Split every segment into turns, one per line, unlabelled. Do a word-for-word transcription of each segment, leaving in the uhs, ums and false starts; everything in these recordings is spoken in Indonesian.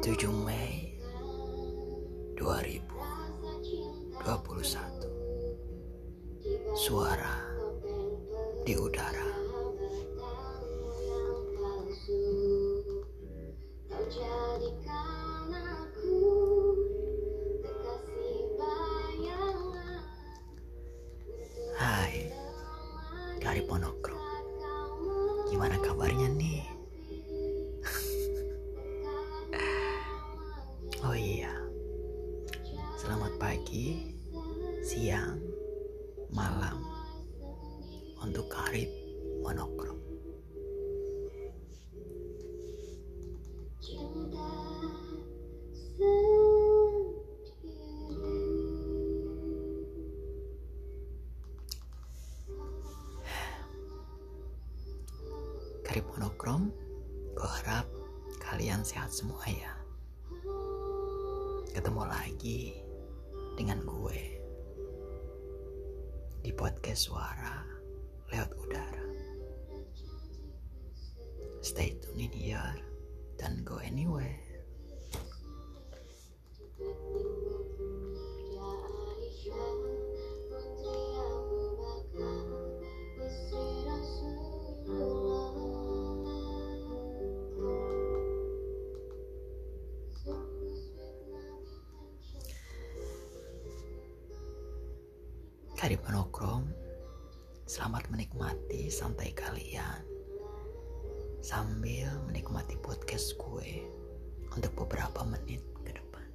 tujuh Mei dua ribu dua puluh satu. Suara di udara. Hai, dari Ponokro. Gimana kabarnya nih? Oh iya, selamat pagi, siang, malam untuk Karib Monokro. Karib Monokrom, gue harap kalian sehat semua ya. Ketemu lagi dengan gue di podcast suara lewat udara. Stay tune in here, don't go anywhere. Karib Monokrom, selamat menikmati santai kalian sambil menikmati podcast gue untuk beberapa menit ke depan.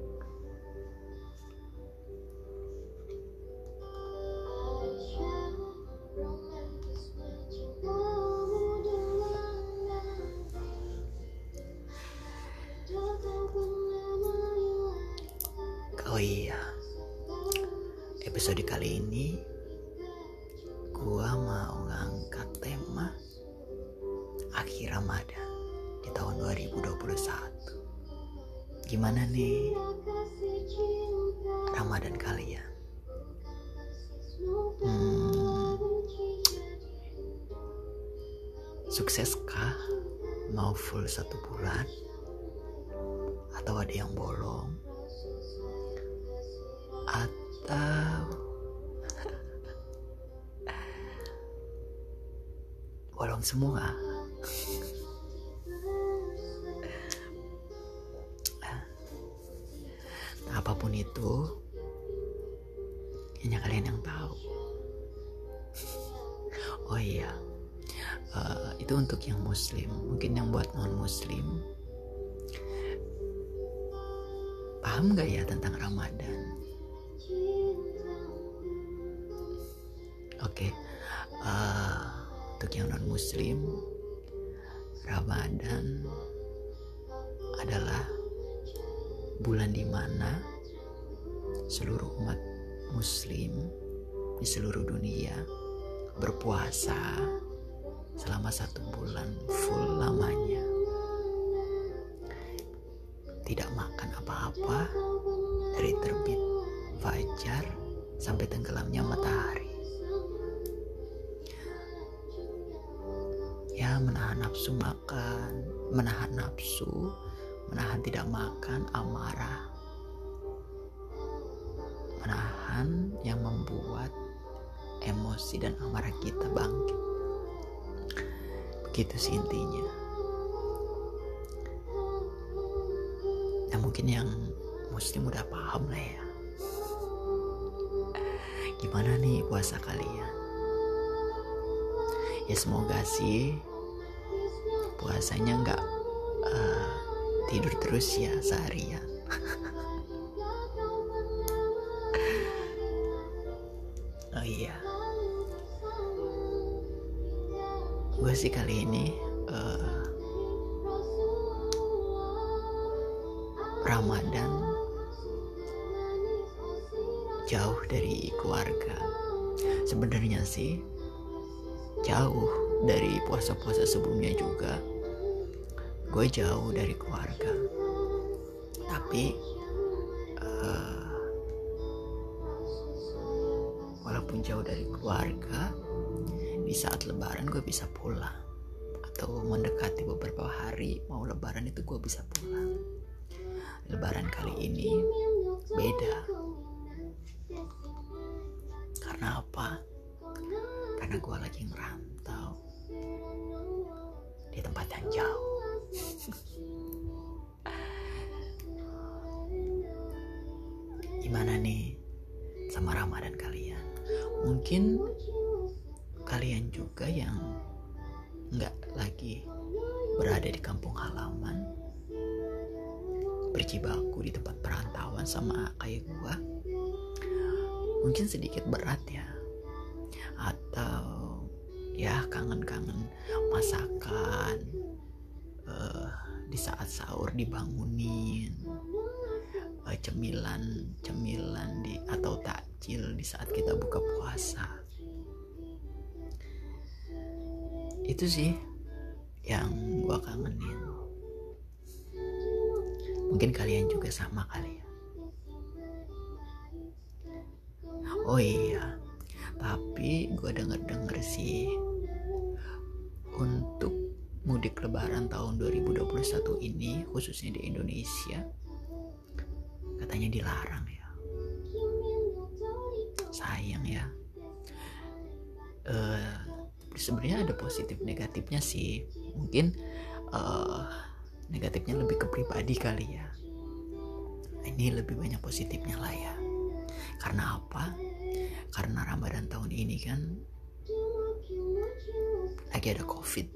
Oh iya, episode kali ini gua mau ngangkat tema akhir Ramadan di tahun dua ribu dua puluh satu. Gimana nih Ramadan kalian? Hmm, sukseskah? Mau full satu bulan? Atau ada yang bolong? Atau bolong semua? Nah, apapun itu, hanya kalian yang tahu. Oh iya, uh, itu untuk yang muslim. Mungkin yang buat non muslim, paham gak ya tentang Ramadan? Oke, okay. uh, untuk yang non muslim, Ramadan adalah bulan di mana seluruh umat muslim di seluruh dunia berpuasa selama satu bulan full lamanya, tidak makan apa-apa dari terbit fajar sampai tenggelamnya matahari. Ya, menahan nafsu makan, menahan nafsu, menahan tidak makan, amarah, menahan yang membuat emosi dan amarah kita bangkit. Begitu sih intinya. Ya mungkin yang muslim udah paham lah ya. Gimana nih puasa kalian? Ya semoga sih puasanya nggak uh, tidur terus ya seharian. Oh iya, gue sih kali ini uh, Ramadan jauh dari keluarga. Sebenarnya sih jauh dari puasa-puasa sebelumnya juga. Gue jauh dari keluarga. Tapi uh, walaupun jauh dari keluarga, di saat lebaran gue bisa pulang. Atau mendekati beberapa hari mau lebaran itu gue bisa pulang. Lebaran kali ini beda. Karena apa? Karena gue lagi ngerantau di tempat yang jauh. Gimana nih sama Ramadan kalian? Mungkin kalian juga yang nggak lagi berada di kampung halaman, berjibaku di tempat perantauan sama kayak gua, mungkin sedikit berat ya, atau ya kangen-kangen masakan uh, di saat sahur dibangunin, uh, cemilan-cemilan di atau takjil di saat kita buka puasa. Itu sih yang gua kangenin. Mungkin kalian juga sama kali ya. Oh iya, tapi gua denger-denger sih untuk mudik lebaran tahun dua ribu dua puluh satu ini, khususnya di Indonesia, katanya dilarang ya. Sayang ya. Uh, sebenarnya ada positif negatifnya sih. Mungkin uh, negatifnya lebih ke pribadi kali ya. Ini lebih banyak positifnya lah ya. Karena apa? Karena Ramadan tahun ini kan lagi ada COVID.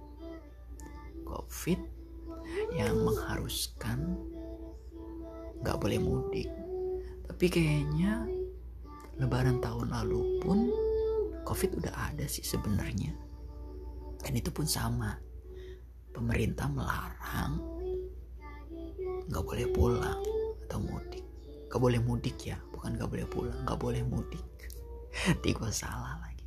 COVID yang mengharuskan gak boleh mudik. Tapi kayaknya Lebaran tahun lalu pun COVID udah ada sih sebenarnya. Dan itu pun sama. Pemerintah melarang gak boleh pulang atau mudik. Gak boleh mudik ya, bukan gak boleh pulang, gak boleh mudik. Nanti gue salah lagi.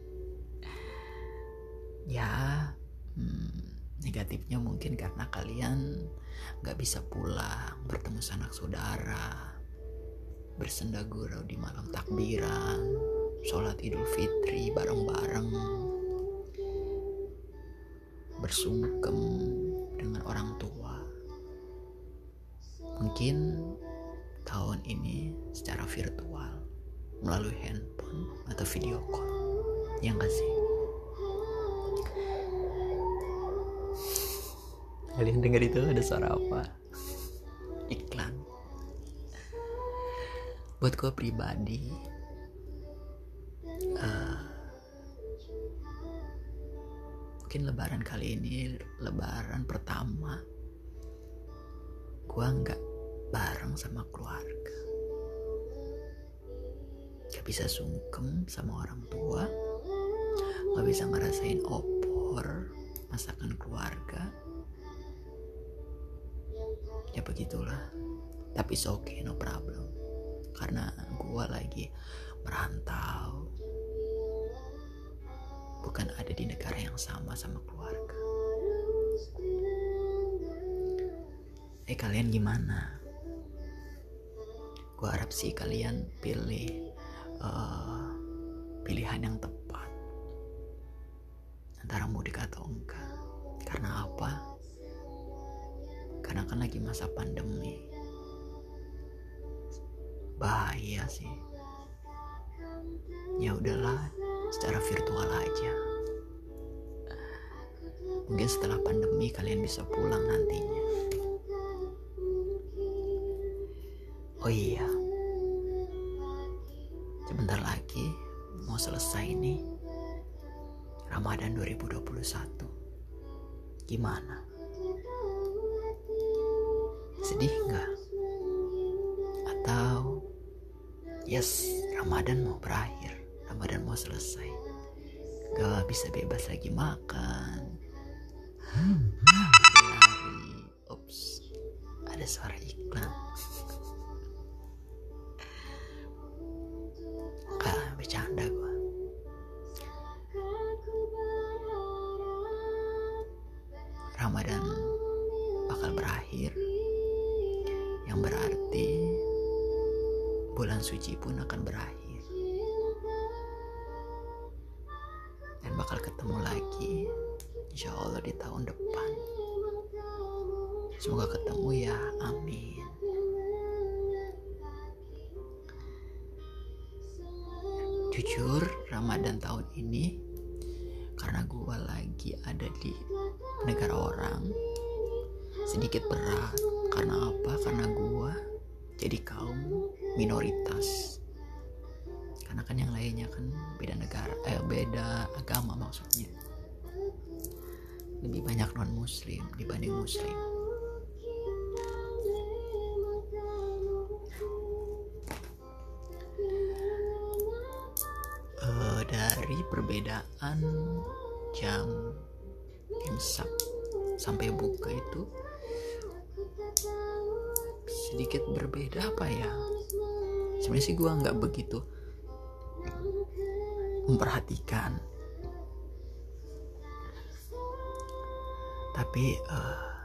Ya, hmm, negatifnya mungkin karena kalian gak bisa pulang, bertemu sanak saudara, bersenda gurau di malam takbiran, sholat Idul Fitri bareng-bareng, bersungkem dengan orang tua. Mungkin tahun ini secara virtual melalui handphone atau video call, ya nggak sih? Kalian dengar itu ada suara apa? Iklan. Buat gue pribadi, uh, mungkin Lebaran kali ini Lebaran pertama gue nggak bareng sama keluarga, gak bisa sungkem sama orang tua, gak bisa ngerasain opor masakan keluarga. Ya begitulah. Tapi it's okay, no problem. Karena gue lagi merantau, bukan ada di negara yang sama sama keluarga. Eh kalian gimana? Gue harap sih kalian pilih uh, pilihan yang tepat antara mudik atau enggak. Karena apa? Karena kan lagi masa pandemi. Bahaya sih. Ya udahlah, secara virtual aja. Mungkin setelah pandemi kalian bisa pulang nantinya. Oh iya, sebentar lagi mau selesai nih Ramadan dua ribu dua puluh satu. Gimana? Sedih nggak? Atau yes, Ramadan mau berakhir, Ramadan mau selesai, gak bisa bebas lagi makan, lari. Ups, ada suara iklan. Gak, bercanda gue. Ramadan bakal berakhir, yang berarti bulan suci pun akan berakhir, dan bakal ketemu lagi insya Allah di tahun depan. Semoga ketemu ya, amin. jujur Ramadan tahun ini karena gue lagi ada di negara orang sedikit berat. Karena apa? Karena gue jadi kaum minoritas. Karena kan yang lainnya kan beda negara, eh beda agama maksudnya. Lebih banyak non muslim dibanding muslim. Uh, dari perbedaan jam imsak sampai buka itu sedikit berbeda apa ya? Sebenarnya sih gue nggak begitu memperhatikan, tapi uh,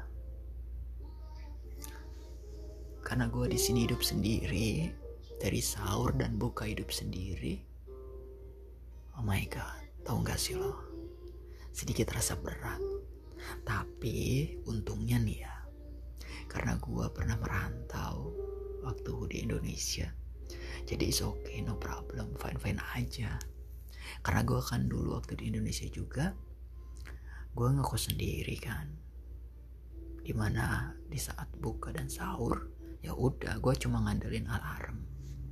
karena gue di sini hidup sendiri, dari sahur dan buka hidup sendiri. Oh my god, tau gak sih lo? Sedikit rasa berat. Tapi untungnya nih ya, karena gue pernah merantau waktu di Indonesia, jadi it's okay, no problem, fine-fine aja. Karena gue kan dulu waktu di Indonesia juga, gue ngekos sendiri kan, dimana di saat buka dan sahur, ya udah gue cuma ngandelin alarm.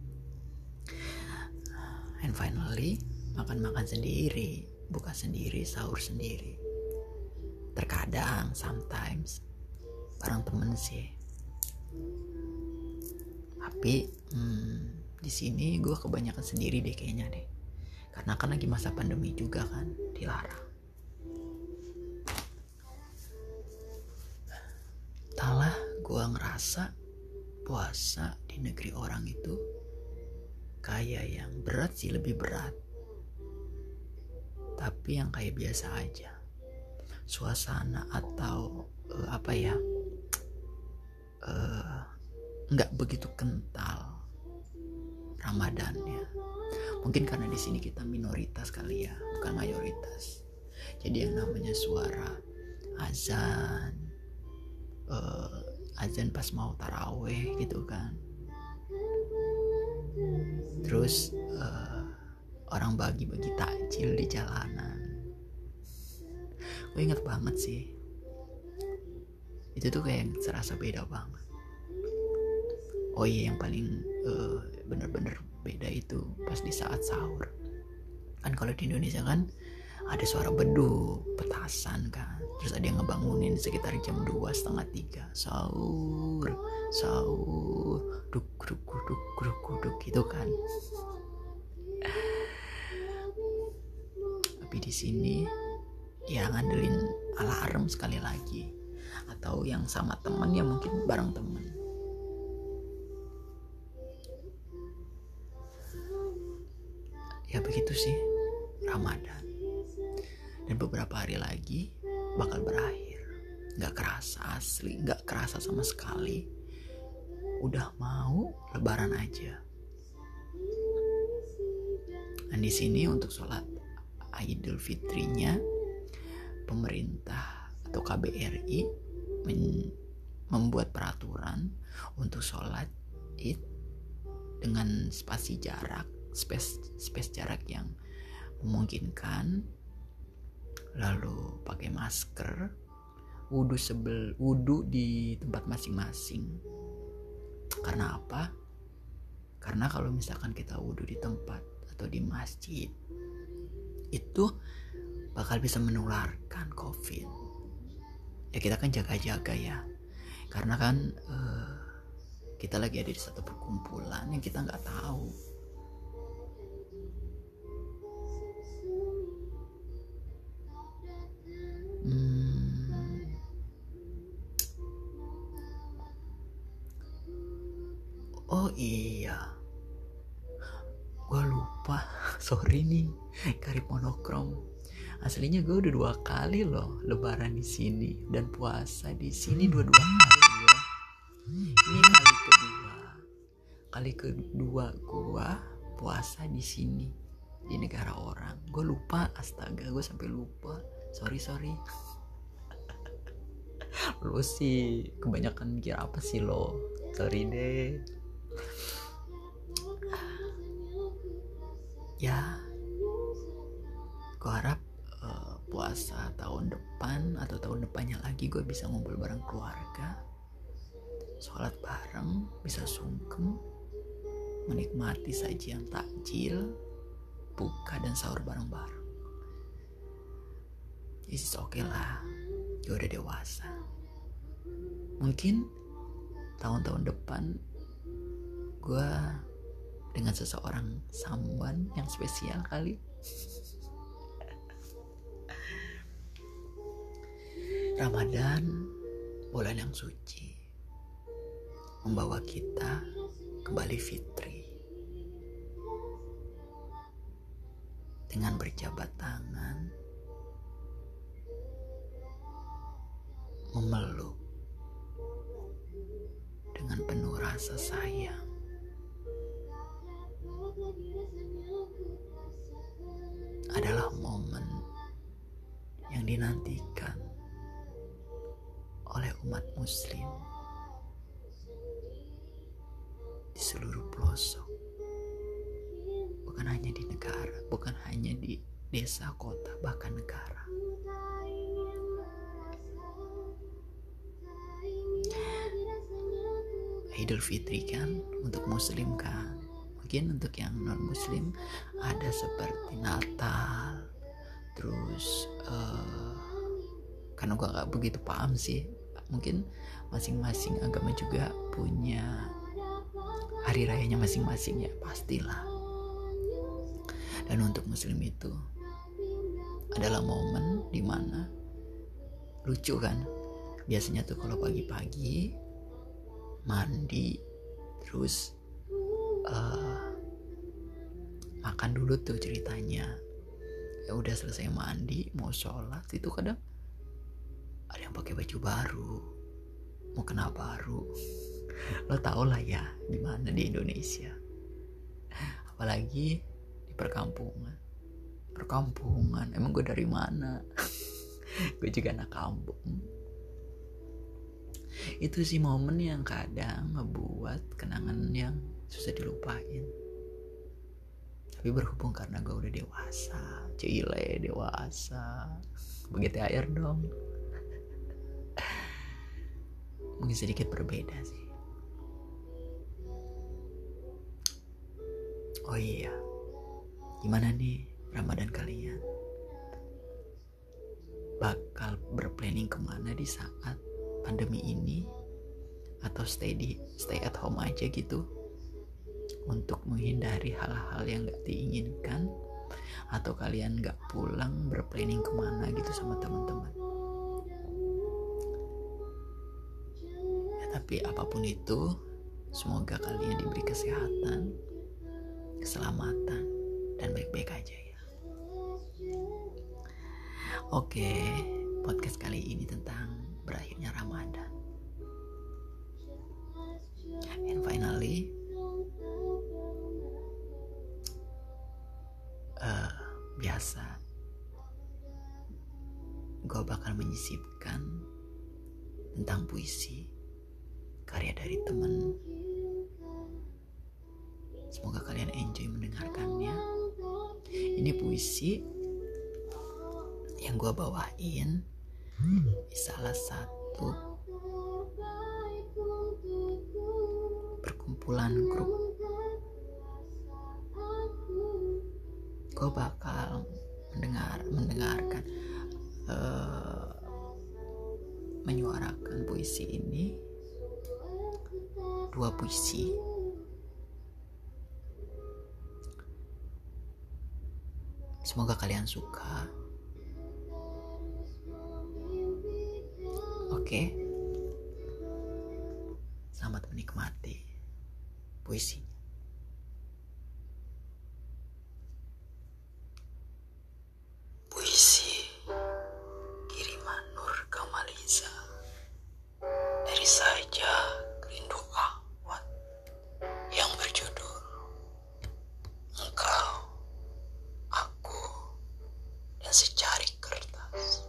And finally, makan-makan sendiri, buka sendiri, sahur sendiri. Terkadang, sometimes bareng temen sih. Tapi hmm, di sini gue kebanyakan sendiri deh kayaknya deh. Karena kan lagi masa pandemi juga kan, dilarang. Entahlah, gue ngerasa puasa di negeri orang itu kayak yang berat sih, lebih berat. Tapi yang kayak biasa aja, suasana atau uh, apa ya, uh, nggak begitu kental Ramadannya. Mungkin karena di sini kita minoritas kali ya, bukan mayoritas. Jadi yang namanya suara azan, uh, azan pas mau taraweh gitu kan. Terus uh, orang bagi-bagi takjil di jalanan. Gue inget banget sih, itu tuh kayak serasa beda banget. Oh iya, yang paling uh, bener-bener beda itu pas di saat sahur. Kan kalau di Indonesia kan ada suara beduk, petasan kan. Terus ada yang ngebangunin sekitar jam dua setengah tiga, sahur, sahur, duk duk duk duk duk gitu kan. Tapi di sini ya ngandelin alarm sekali lagi, atau yang sama teman ya mungkin bareng teman. Ya begitu sih Ramadan. Dan beberapa hari lagi bakal berakhir. Gak kerasa asli, gak kerasa sama sekali. Udah mau lebaran aja. Dan di sini untuk sholat Idul Fitrinya, pemerintah atau K B R I men- membuat peraturan untuk sholat Id dengan spasi jarak, space space jarak yang memungkinkan, lalu pakai masker, wudu sebel wudu di tempat masing-masing. Karena apa? Karena kalau misalkan kita wudu di tempat atau di masjid, itu bakal bisa menularkan COVID. Ya kita kan jaga-jaga ya, karena kan uh, kita lagi ada di satu perkumpulan yang kita nggak tahu. Hmm. Oh iya, gue lupa, sorry nih, Karib Monokrom. Aslinya gue udah dua kali loh lebaran di sini dan puasa di sini dua-dua kali ya. Ini kali kedua, kali kedua gue puasa di sini di negara orang. Gue lupa, astaga, gue sampai lupa. Sorry sorry. Lo sih kebanyakan mikir apa sih lo? Sorry deh. Ya, gue harap uh, puasa tahun depan atau tahun depannya lagi gue bisa ngumpul bareng keluarga, sholat bareng, bisa sungkem, menikmati sajian takjil, buka dan sahur bareng-bareng. It's okay lah, gue udah dewasa. Mungkin tahun-tahun depan gue dengan seseorang someone yang spesial kali. Ramadan, bulan yang suci, membawa kita kembali fitri. Dengan berjabat tangan, memeluk dengan penuh rasa sayang. Adalah momen yang dinantikan oleh umat muslim di seluruh pelosok, bukan hanya di negara, bukan hanya di desa, kota, bahkan negara. Idul Fitri kan untuk muslim kan, mungkin untuk yang non muslim ada seperti Natal, terus uh, karena gue gak begitu paham sih, mungkin masing-masing agama juga punya hari rayanya masing-masing ya, pastilah. Dan untuk muslim itu adalah momen dimana lucu kan, biasanya tuh kalau pagi-pagi mandi terus uh, makan dulu tuh ceritanya. Ya udah selesai mandi mau sholat itu kadang ada yang pakai baju baru, mau kena baru. Lo tau lah ya gimana di Indonesia, apalagi di perkampungan. Perkampungan, emang gue dari mana? Gue juga anak kampung. Itu sih momen yang kadang ngebuat kenangan yang susah dilupain. Tapi berhubung karena gue udah dewasa, cile dewasa, begitu air dong. Mungkin sedikit berbeda sih. Oh iya, gimana nih Ramadan kalian? Bakal berplanning kemana di saat pandemi ini? Atau stay di stay at home aja gitu untuk menghindari hal-hal yang gak diinginkan? Atau kalian gak pulang berplanning kemana gitu sama teman-teman? Tapi apapun itu, semoga kalian diberi kesehatan, keselamatan, dan baik-baik aja ya. Oke, podcast kali ini tentang berakhirnya Ramadan. And finally, uh, biasa, gue bakal menyisipkan tentang puisi karya dari temen. Semoga kalian enjoy mendengarkannya. Ini puisi yang gue bawain di salah satu perkumpulan grup. Gue bakal mendengar mendengarkan uh, menyuarakan puisi ini, dua puisi. Semoga kalian suka. Oke, selamat menikmati puisinya. Puisi kiriman Nur Kamaliza dari Saja Rindu Ahwat yang berjudul Engkau, Aku, dan Secari Kertas.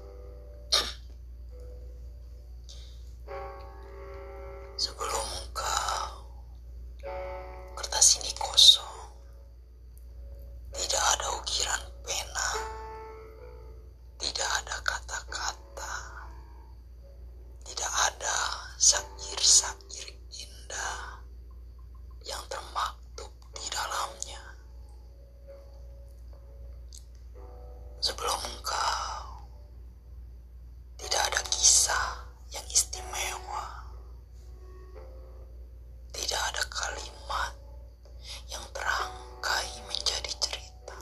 Sebelum engkau, kertas ini kosong, tidak syair-syair indah yang termaktub di dalamnya. Sebelum engkau, tidak ada kisah yang istimewa. Tidak ada kalimat yang terangkai menjadi cerita.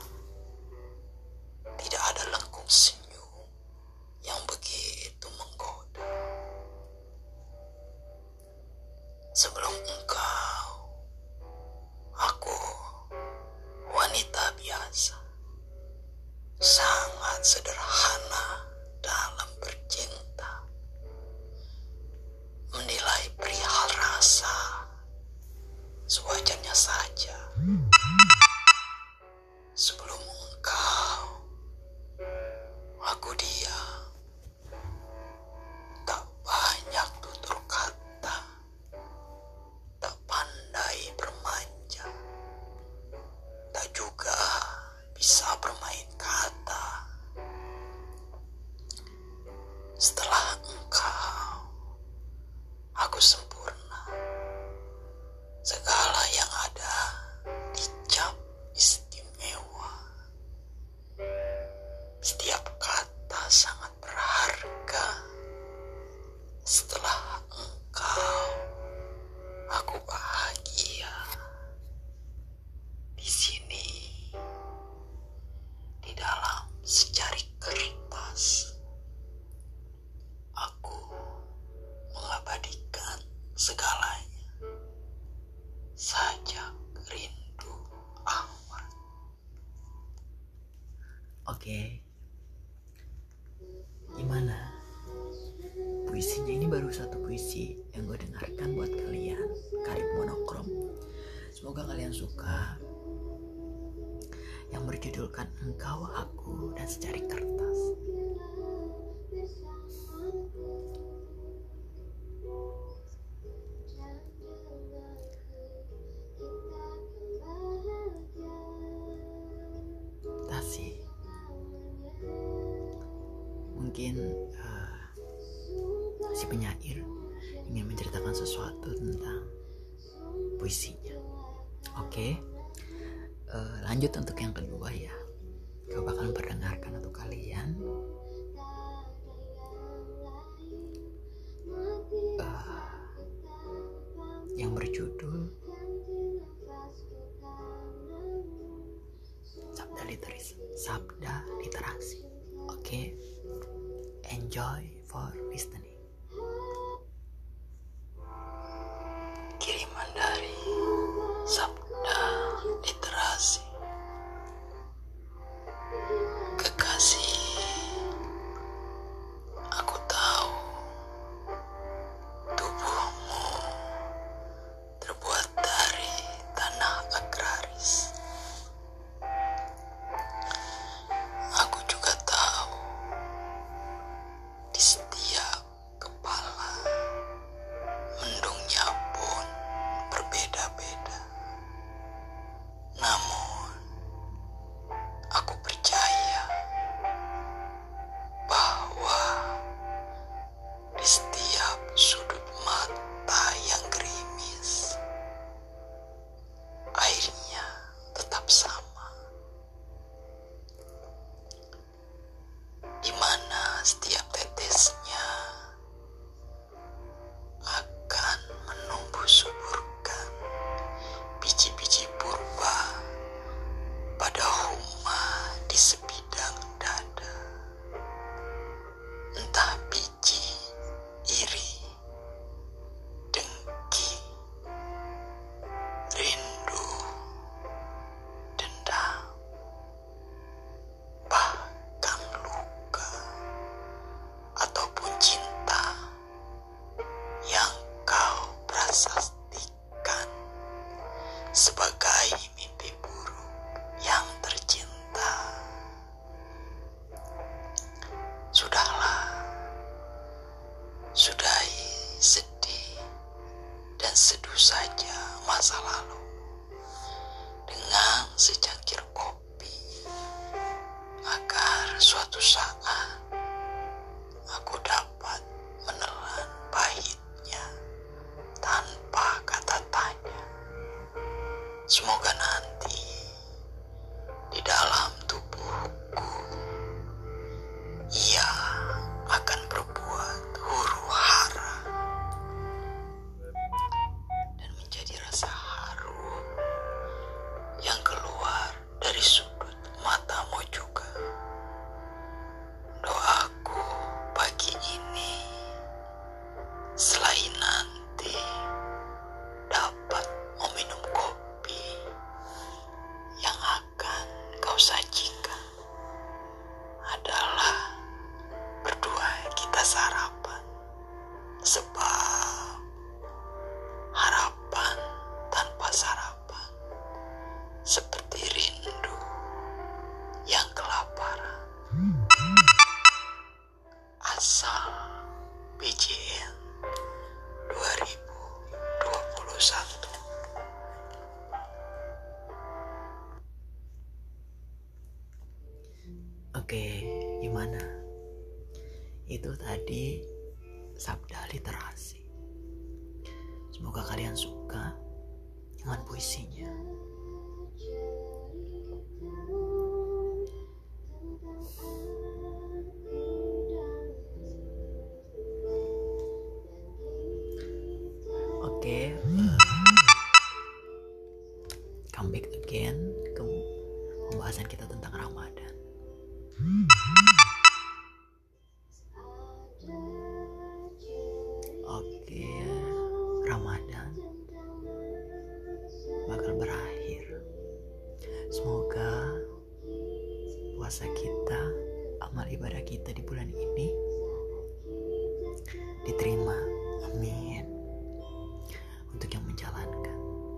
Tidak ada lengkung senyum yang begitu menggoda. Sebelum engkau, aku wanita biasa, sangat sederhana dalam bercinta, menilai perihal rasa sewajarnya saja. Sebelum engkau, aku diam, tak banyak tutur kata, tak pandai bermanja, tak juga bisa bermain kata. Setelah engkau, aku sempurna. Segala yang ada dicap istimewa. Setiap kata sangat berharga. Setelah engkau, aku bahagia. Di sini, di dalam secari kertas, aku mengabadikan segalanya. Sajak rindu amat. Oke, gimana? Puisinya ini baru satu puisi yang gue dengarkan buat kalian, Karib Monokrom. Semoga kalian suka. Yang berjudulkan Engkau, Aku, dan Secari Kertas. Tasih. Mungkin uh, si penyair ingin menceritakan sesuatu tentang puisinya. Oke, uh, lanjut untuk yang kedua ya. Gue bakal perdengarkan untuk kalian uh, yang berjudul Sabda Literasi. Sabda Literasi. Oke, enjoy for listening. Kiriman dari Sabda Literasi. Kekasih, aku tahu tubuhmu terbuat dari tanah agraris. Aku juga tahu di setiap kepala mendungnya pun berbeda-beda. Namun aku percaya bahwa di setiap sudut mata yang gerimis, airnya tetap sama. Di mana setiap tetesnya akan menumbuh suburkan biji-biji purba pada huma di sebidang dada. Entah biji iri, dengki, rindu, dendam, bahkan luka, ataupun cinta yang kau prasastikan sebagai mimpi buruk yang tercinta. Sudahlah, sudahi sedih dan seduh saja masa lalu dengan secangkir kopi, agar suatu saat aku dapat menelan pahitnya. Selain nanti dapat meminum kopi yang akan kau sajikan, adalah berdua kita sarapan. Sebab harapan tanpa sarapan seperti rindu yang kelaparan. Asal B J N dua ribu dua puluh satu. Oke, gimana? Itu tadi sabda literasi. Semoga kalian suka dengan puisinya. Oke, come back again ke pembahasan kita tentang Ramadan. Oke, Ramadan bakal berakhir. Semoga puasa kita, amal ibadah kita di bulan ini diterima. Amin. Untuk yang menjalankan.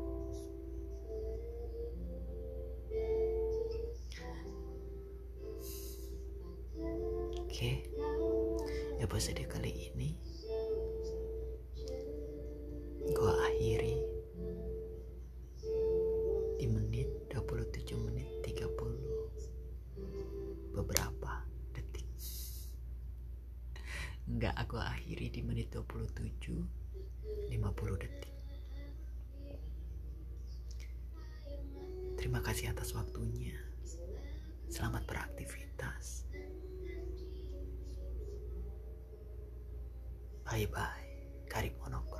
Oke, episode kali ini gue akhiri di menit dua puluh tujuh menit tiga puluh beberapa detik. Enggak, aku akhiri di menit dua puluh tujuh lima puluh detik. Terima kasih atas waktunya. Selamat beraktivitas. Bye bye. Karib Monok.